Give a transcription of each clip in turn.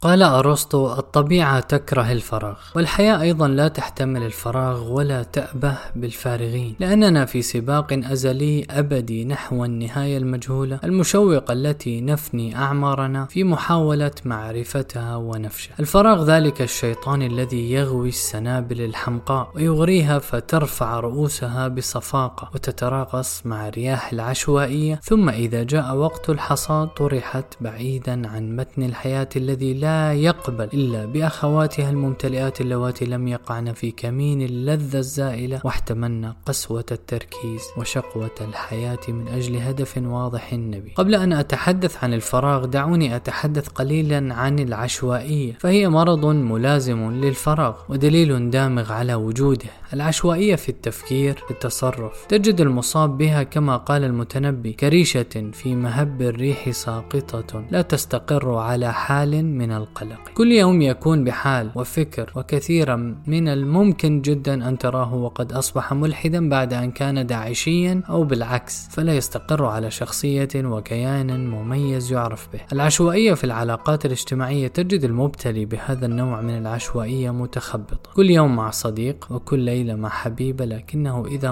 قال أرسطو: الطبيعة تكره الفراغ، والحياة أيضا لا تحتمل الفراغ ولا تأبه بالفارغين، لأننا في سباق أزلي أبدي نحو النهاية المجهولة المشوقة التي نفني أعمارنا في محاولة معرفتها ونفشها. الفراغ ذلك الشيطان الذي يغوي السنابل الحمقاء ويغريها فترفع رؤوسها بصفاقة وتتراقص مع رياح العشوائية، ثم إذا جاء وقت الحصاد طرحت بعيدا عن متن الحياة الذي لا يقبل إلا بأخواتها الممتلئات اللواتي لم يقعن في كمين اللذة الزائلة واحتملن قسوة التركيز وشقوة الحياة من أجل هدف واضح النبي. قبل أن أتحدث عن الفراغ دعوني أتحدث قليلا عن العشوائية، فهي مرض ملازم للفراغ ودليل دامغ على وجوده. العشوائية في التفكير، في التصرف، تجد المصاب بها كما قال المتنبي كريشة في مهب الريح ساقطة لا تستقر على حال من القلق. كل يوم يكون بحال وفكر، وكثيرا من الممكن جدا أن تراه وقد أصبح ملحدا بعد أن كان داعشيا أو بالعكس، فلا يستقر على شخصية وكيان مميز يعرف به. العشوائية في العلاقات الاجتماعية، تجد المبتلي بهذا النوع من العشوائية متخبطة، كل يوم مع صديق وكل ليلة مع حبيبة، لكنه إذا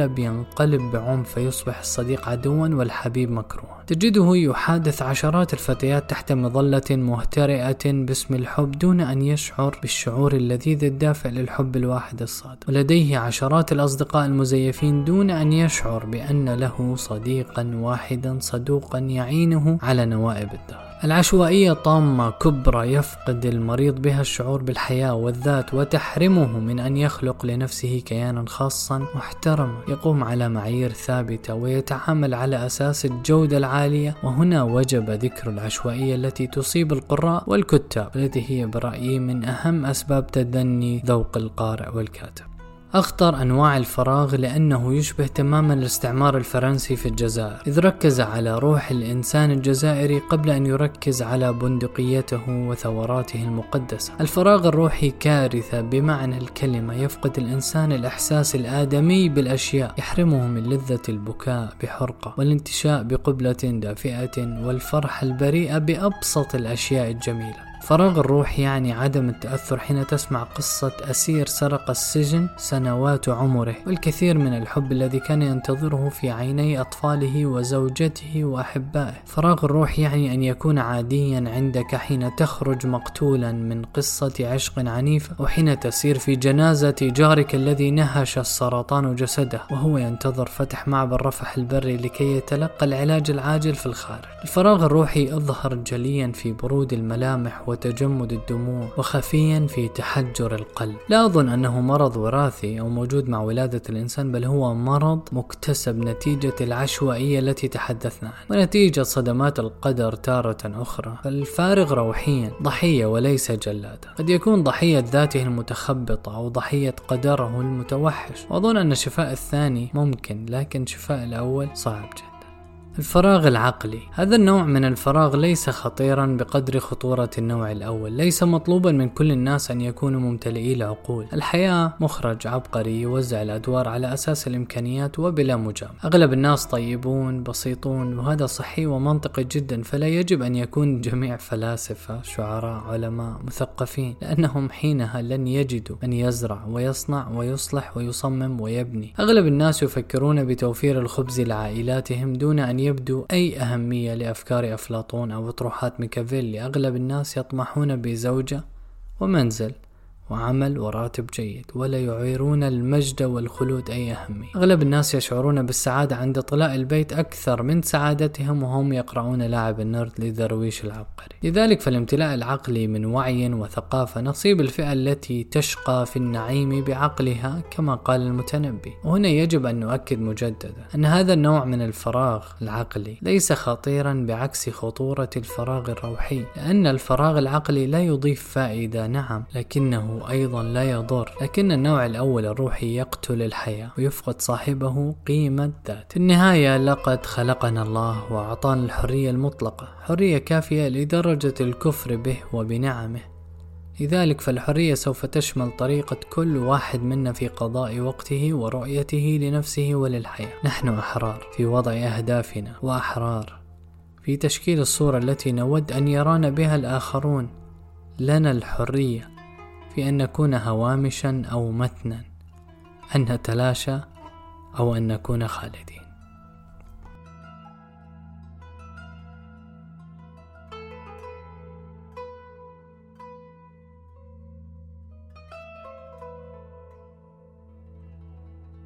ينقلب بعنف فيصبح الصديق عدوا والحبيب مكروها. تجده يحادث عشرات الفتيات تحت مظلة مهترئة باسم الحب دون أن يشعر بالشعور اللذيذ الدافع للحب الواحد الصادق، ولديه عشرات الأصدقاء المزيفين دون أن يشعر بأن له صديقا واحدا صدوقا يعينه على نوائب الدهر. العشوائية طامة كبرى يفقد المريض بها الشعور بالحياة والذات وتحرمه من أن يخلق لنفسه كيانا خاصا محترما يقوم على معايير ثابتة ويتعامل على أساس الجودة العالية. وهنا وجب ذكر العشوائية التي تصيب القراء والكتاب، التي هي برأيي من أهم أسباب تدني ذوق القارئ والكاتب. أخطر أنواع الفراغ لأنه يشبه تماما الاستعمار الفرنسي في الجزائر، إذ ركز على روح الإنسان الجزائري قبل أن يركز على بندقيته وثوراته المقدسة. الفراغ الروحي كارثة بمعنى الكلمة، يفقد الإنسان الإحساس الآدمي بالأشياء، يحرمه من لذة البكاء بحرقة والانتشاء بقبلة دافئة والفرح البريئة بأبسط الأشياء الجميلة. فراغ الروح يعني عدم التأثر حين تسمع قصة أسير سرق السجن سنوات عمره والكثير من الحب الذي كان ينتظره في عيني أطفاله وزوجته وأحبائه. فراغ الروح يعني أن يكون عاديا عندك حين تخرج مقتولا من قصة عشق عنيفة، وحين تسير في جنازة جارك الذي نهش السرطان جسده وهو ينتظر فتح معبر رفح البري لكي يتلقى العلاج العاجل في الخارج. الفراغ الروحي أظهر جليا في برود الملامح وتجمد الدموع، وخفيا في تحجر القلب. لا أظن أنه مرض وراثي أو موجود مع ولادة الإنسان، بل هو مرض مكتسب نتيجة العشوائية التي تحدثنا عنها ونتيجة صدمات القدر تارة أخرى. فالفارغ روحيا ضحية وليس جلادة، قد يكون ضحية ذاته المتخبطة أو ضحية قدره المتوحش، وأظن أن شفاء الثاني ممكن، لكن شفاء الأول صعب جدا. الفراغ العقلي، هذا النوع من الفراغ ليس خطيرا بقدر خطورة النوع الأول. ليس مطلوبا من كل الناس أن يكونوا ممتلئي العقول. الحياة مخرج عبقري يوزع الأدوار على أساس الإمكانيات وبلا مجاملة. أغلب الناس طيبون بسيطون، وهذا صحي ومنطقي جدا، فلا يجب أن يكون جميع فلاسفة شعراء علماء مثقفين، لأنهم حينها لن يجدوا أن يزرع ويصنع ويصلح ويصمم ويبني. أغلب الناس يفكرون بتوفير الخبز لعائلاتهم دون أن يبدو أي أهمية لأفكار أفلاطون أو أطروحات ميكافيلي. أغلب الناس يطمحون بزوجة ومنزل وعمل وراتب جيد، ولا يعيرون المجد والخلود أي أهمية. أغلب الناس يشعرون بالسعادة عند طلاء البيت أكثر من سعادتهم وهم يقرؤون لاعب النرد لدرويش العبقري. لذلك فالامتلاء العقلي من وعي وثقافة نصيب الفئة التي تشقى في النعيم بعقلها كما قال المتنبي. وهنا يجب أن نؤكد مجددا أن هذا النوع من الفراغ العقلي ليس خطيرا بعكس خطورة الفراغ الروحي، لأن الفراغ العقلي لا يضيف فائدة، نعم، لكنه أيضا لا يضر. لكن النوع الأول الروحي يقتل الحياة ويفقد صاحبه قيمة ذات. في النهاية لقد خلقنا الله وأعطانا الحرية المطلقة، حرية كافية لدرجة الكفر به وبنعمه. لذلك فالحرية سوف تشمل طريقة كل واحد منا في قضاء وقته ورؤيته لنفسه وللحياة. نحن أحرار في وضع أهدافنا، وأحرار في تشكيل الصورة التي نود أن يرانا بها الآخرون لنا الحرية في أن نكون هوامشا أو متنا، أن نتلاشى أو أن نكون خالدين.